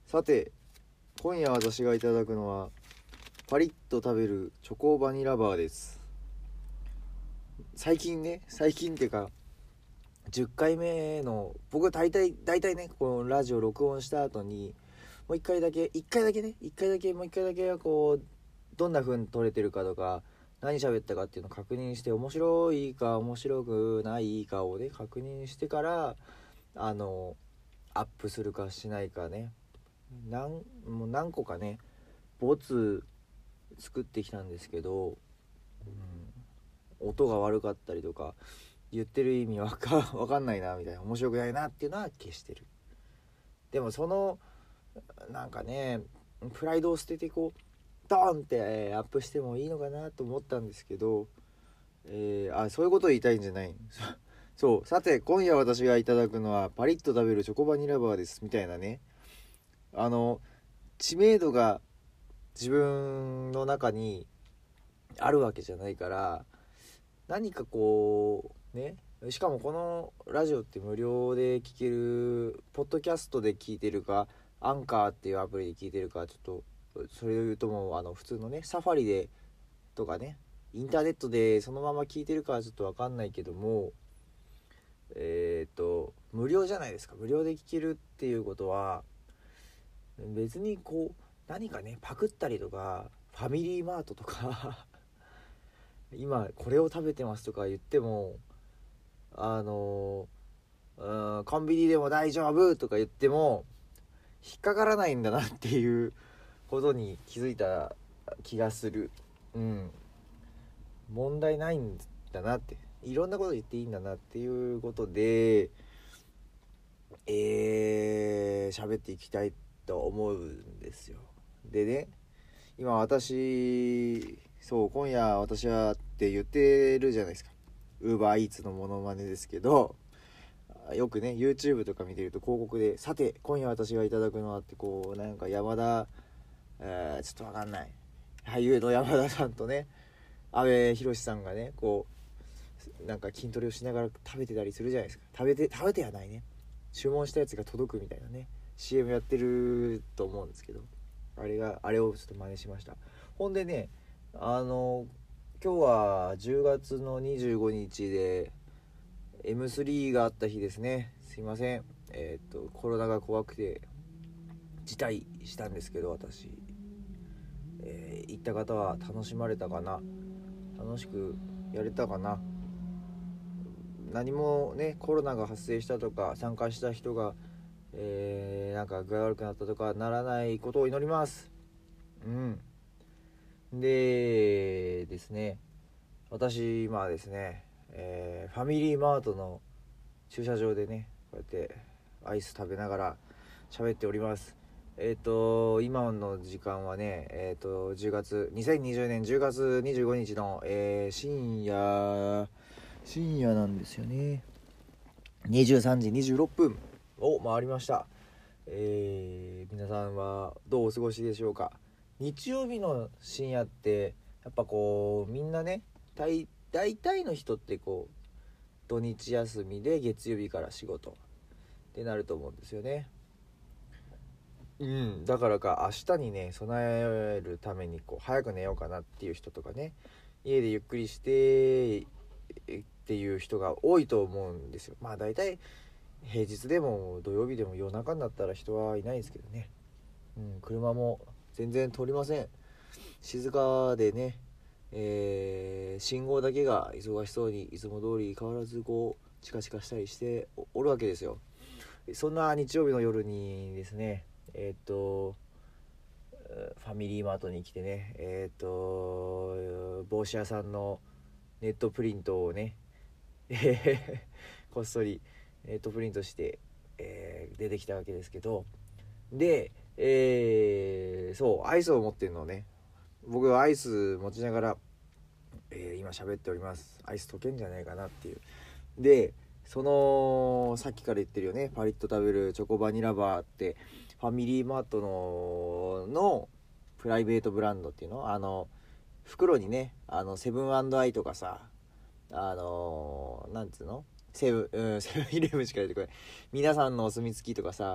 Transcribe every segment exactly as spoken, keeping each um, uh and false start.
さて今夜私がいただくのはパリッと食べるチョコバニラバーです。最近ね最近っていうかじゅっかいめの僕大体大体ねこのラジオ録音した後にもう一回だけ一回だけね一回だけもう一回だけこうどんな風に撮れてるかとか何喋ったかっていうのを確認して、面白いか面白くないかをね確認してからあのアップするかしないかね、何もう何個かねボツ作ってきたんですけど、うん、音が悪かったりとか言ってる意味わかわかんないなみたいな、面白くないなっていうのは消してる。でもそのなんかねプライドを捨ててこうドーンって、えー、アップしてもいいのかなと思ったんですけど、えー、あそういうことを言いたいんじゃないそうさて今夜私がいただくのはパリッと食べるチョコバニラバーですみたいなね、あの知名度が自分の中にあるわけじゃないから、何かこうね、しかもこのラジオって無料で聴ける、ポッドキャストで聴いてるかアンカーっていうアプリで聴いてるか、ちょっとそれを言うともうあの普通のねサファリでとかねインターネットでそのまま聴いてるかはちょっと分かんないけども、えっと無料じゃないですか。無料で聴けるっていうことは別にこう何かねパクったりとかファミリーマートとか今これを食べてますとか言ってもあのうんコンビニでも大丈夫とか言っても引っかからないんだなっていうことに気づいた気がする。うん問題ないんだなって、いろんなこと言っていいんだなっていうことでえー喋っていきたいと思うんですよ。でね今私そう今夜私はって言ってるじゃないですか。ウーバーイーツのモノマネですけど、よくね YouTube とか見てると広告でさて今夜私がいただくのはってこうなんか山田、えー、ちょっとわかんない俳優の山田さんとね阿部寛さんがねこうなんか筋トレをしながら食べてたりするじゃないですか。食べて食べてはないね注文したやつが届くみたいなね シーエム やってると思うんですけど、あれがあれをちょっと真似しました。ほんでねあの今日はじゅうがつのにじゅうごにちで エムスリー があった日ですね。すいませんえー、っとコロナが怖くて辞退したんですけど、私、えー、行った方は楽しまれたかな、楽しくやれたかな。何もねコロナが発生したとか参加した人が、えー、なんか具合悪くなったとかならないことを祈ります。うんでですね私今ですね、えー、ファミリーマートの駐車場でねこうやってアイス食べながら喋っております。えっ、ー、と今の時間はねえっ、ー、とじゅうがつにせんにじゅうねんじゅうがつにじゅうごにちの、えー、深夜深夜なんですよね。にじゅうさんじにじゅうろっぷんを回りました。えー、皆さんはどうお過ごしでしょうか。日曜日の深夜ってやっぱこうみんなね大体の人ってこう土日休みで月曜日から仕事ってなると思うんですよね。うんだからか明日にね備えるためにこう早く寝ようかなっていう人とかね、家でゆっくりしてっていう人が多いと思うんですよ。まあ大体平日でも土曜日でも夜中になったら人はいないですけどね。うん、車も全然通りません。静かでね、えー、信号だけが忙しそうにいつも通り変わらずこうチカチカしたりしておるわけですよ。そんな日曜日の夜にですねえっ、ー、とファミリーマートに来てねえっ、ー、と帽子屋さんのネットプリントをねこっそりネットプリントして、えー、出てきたわけですけど、で、えー、そうアイスを持ってるのね。僕はアイス持ちながら、えー、今喋っております。アイス溶けんじゃないかなっていう。でそのさっきから言ってるよねパリッと食べるチョコバニラバーってファミリーマートののプライベートブランドっていうの、あの袋にねあのセブン&アイとかさあのー、なんつうのセブン、うん、セブンイレブンしか出てこない皆さんのお墨付きとかさ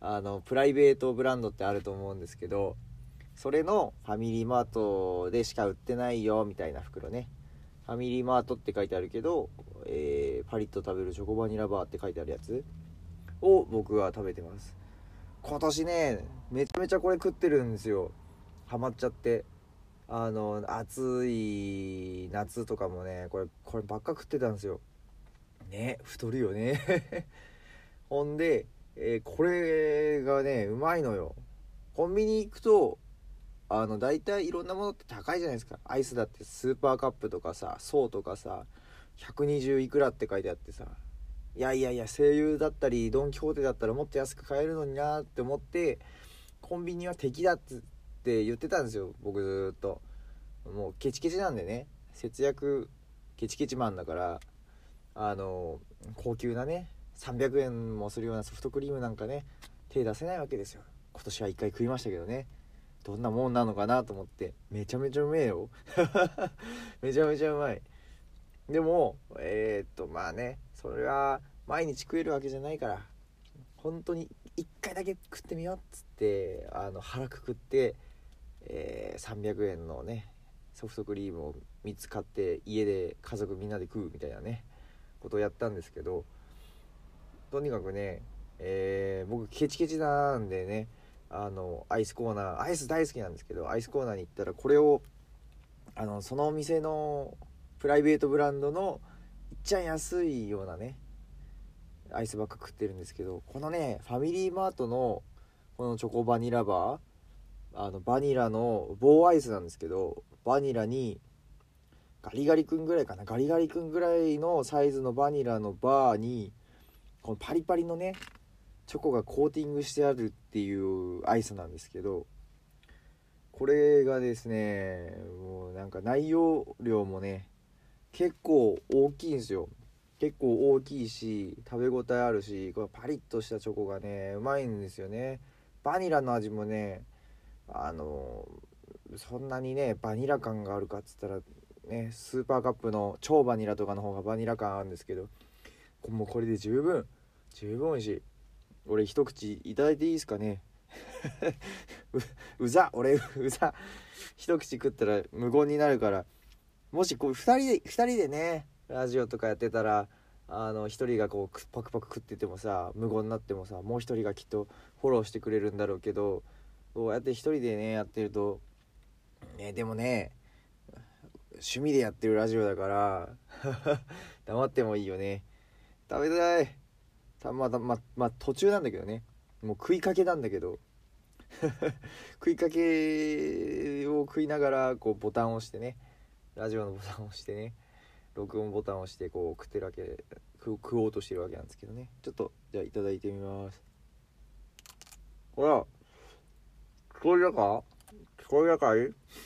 あのプライベートブランドってあると思うんですけど、それのファミリーマートでしか売ってないよみたいな袋ね。ファミリーマートって書いてあるけど、えー、パリッと食べるチョコバニラバーって書いてあるやつを僕は食べてます。今年ねめちゃめちゃこれ食ってるんですよ。ハマっちゃって、あの暑い夏とかもねこれこればっか食ってたんですよね。太るよねほんで、えー、これがねうまいのよ。コンビニ行くとあの大体いろんなものって高いじゃないですか。アイスだってスーパーカップとかさ、ソーとかさ、ひゃくにじゅういくらって書いてあってさ、いやいやいや声優だったりドン・キホーテだったらもっと安く買えるのになって思って、コンビニは敵だって言ってたんですよ僕ずっと。もうケチケチなんでね、節約ケチケチマンだから、あの高級なねさんびゃくえんもするようなソフトクリームなんかね手出せないわけですよ。今年はいっかい食いましたけどね、どんなもんなのかなと思って。めちゃめちゃうめえよめちゃめちゃうまい。でもえー、っとまあね、それは毎日食えるわけじゃないから、本当にいっかいだけ食ってみようっつってあの腹くくって、えー、さんびゃくえんのねソフトクリームをみっつ買って家で家族みんなで食うみたいなねことをやったんですけど、とにかくね、えー、僕ケチケチなんでね、あのアイスコーナー、アイス大好きなんですけど、アイスコーナーに行ったらこれをあのそのお店のプライベートブランドのいっちゃん安いようなねアイスばっか食ってるんですけど、このねファミリーマートのこのチョコバニラバー、あのバニラの棒アイスなんですけど、バニラにガリガリ君ぐらいかな、ガリガリ君ぐらいのサイズのバニラのバーにこのパリパリのねチョコがコーティングしてあるっていうアイスなんですけど、これがですねもうなんか内容量もね結構大きいんですよ。結構大きいし食べ応えあるし、このパリッとしたチョコがねうまいんですよね。バニラの味もね、あのそんなにねバニラ感があるかっつったらね、スーパーカップの超バニラとかの方がバニラ感あるんですけど、もうこれで十分十分美味しい。俺一口いただいていいですかねう, うざ俺うざ一口食ったら無言になるから、もしこうふたりでふたりでねラジオとかやってたら、あの一人がこうパクパク食っててもさ無言になってもさ、もう一人がきっとフォローしてくれるんだろうけど、こうやって一人でねやってるとね、でもね趣味でやってるラジオだから黙ってもいいよね。食べたい。たまだままあ途中なんだけどね、もう食いかけなんだけど食いかけを食いながらこうボタンを押してね、ラジオのボタンを押してね、録音ボタンを押してこう食ってるわけで、食食おうとしてるわけなんですけどね。ちょっとじゃあいただいてみます。ほら聞こえたか聞こえたかい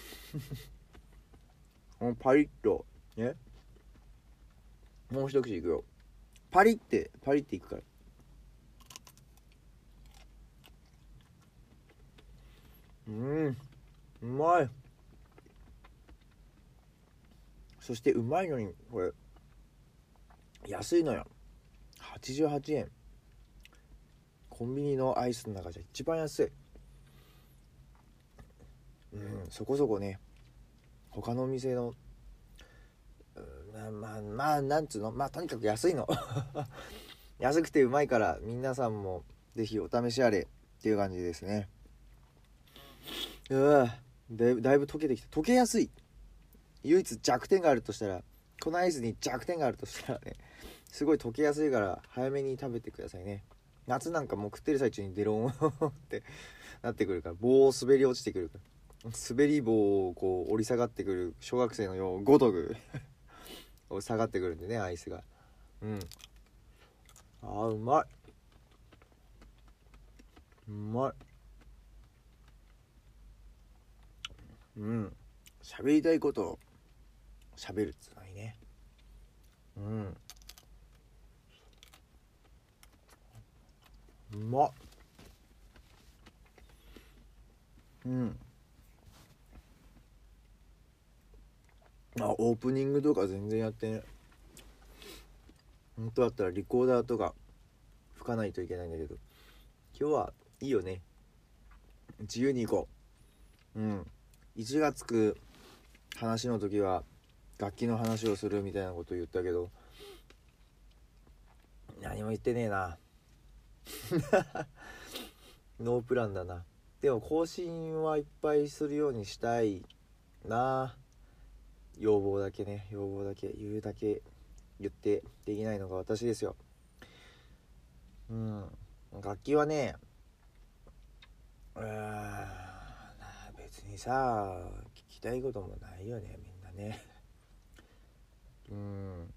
パリッとね、もう一口いくよ。パリってパリっていくから。うん、うまい。そしてうまいのにこれ安いのよ。はちじゅうはちえん。コンビニのアイスの中じゃ一番安い。うん、そこそこね他のお店の、まあまあまあなんつうの、まあとにかく安いの安くてうまいから皆さんもぜひお試しあれっていう感じですね。うわだいぶだいぶ溶けてきた。溶けやすい。唯一弱点があるとしたら、このアイスに弱点があるとしたらね、すごい溶けやすいから早めに食べてくださいね。夏なんかもう食ってる最中にデロンってなってくるから、棒を滑り落ちてくるから、滑り棒をこう折り下がってくる小学生のようごとく下がってくるんでね、アイスが。うん、あーうまいうまい。うん、喋りたいことを喋るっつうのいいね。うん、うまっ。うん、あオープニングとか全然やってね。本当だったらリコーダーとか吹かないといけないんだけど、今日はいいよね、自由に行こう。うんいちがつく話の時は楽器の話をするみたいなこと言ったけど何も言ってねえなノープランだな。でも更新はいっぱいするようにしたいな。要望だけね要望だけ言うだけ言ってできないのが私ですよ。うん楽器はねうーん別にさ聞きたいこともないよねみんなねうん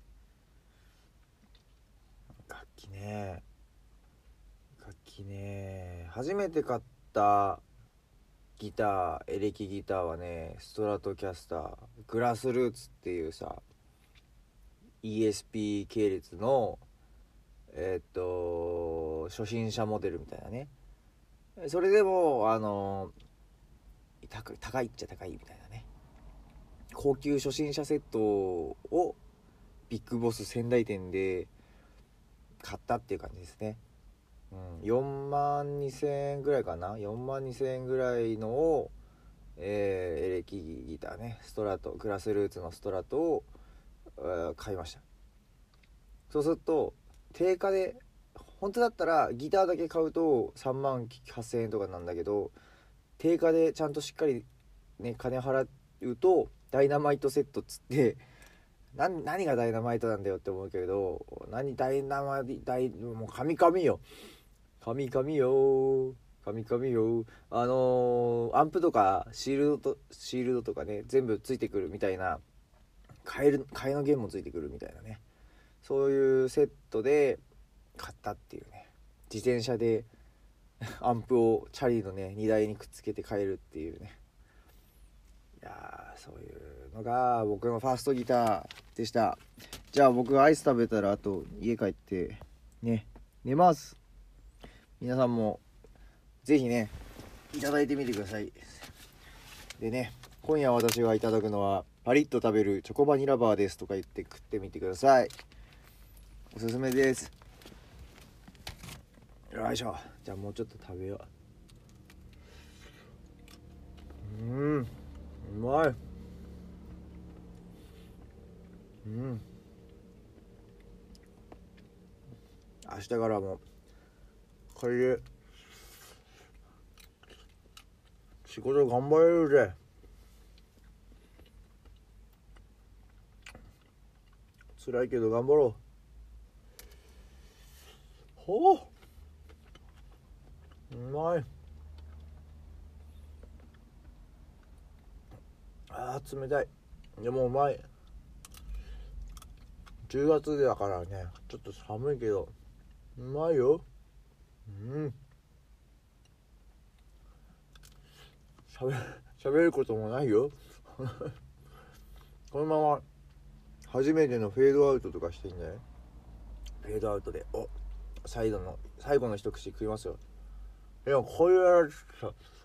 楽器ね楽器ね初めて買ったギターエレキギターはねストラトキャスターグラスルーツっていうさ イーエスピー 系列のえー、っと初心者モデルみたいなね。それでもあの高い高いっちゃ高いみたいなね高級初心者セットをビッグボス仙台店で買ったっていう感じですね。うん、よんまんにせんえんぐらいかなよんまんにせんえんぐらいのを、えー、エレキギターねストラトグラスルーツのストラトを、えー、買いました。そうすると定価で本当だったらギターだけ買うとさんまんはっせんえんとかなんだけど定価でちゃんとしっかりね金払うとダイナマイトセットっつってな何がダイナマイトなんだよって思うけど何ダイナマイダイもう神々よ神々よ神々よあのー、アンプとかシールドとシールドとかね全部ついてくるみたいな替える替えの弦もついてくるみたいなねそういうセットで買ったっていうね自転車でアンプをチャリのね荷台にくっつけて帰るっていうねいやそういうのが僕のファーストギターでした。じゃあ僕アイス食べたらあと家帰ってね寝ます。皆さんもぜひねいただいてみてください。でね今夜私がいただくのはパリッと食べるチョコバニラバーですとか言って食ってみてください。おすすめです。よいしょじゃあもうちょっと食べよう。うんうまい。うん明日からもこれで仕事頑張れるぜ。辛いけど頑張ろう。ほううまい。あー冷たい。でもうまい。じゅうがつだからねちょっと寒いけどうまいよ。うんしゃべしゃべることもないよこのまま初めてのフェードアウトとかしてんじゃない。フェードアウトでお最後の最後の一口食いますよ。いやこれは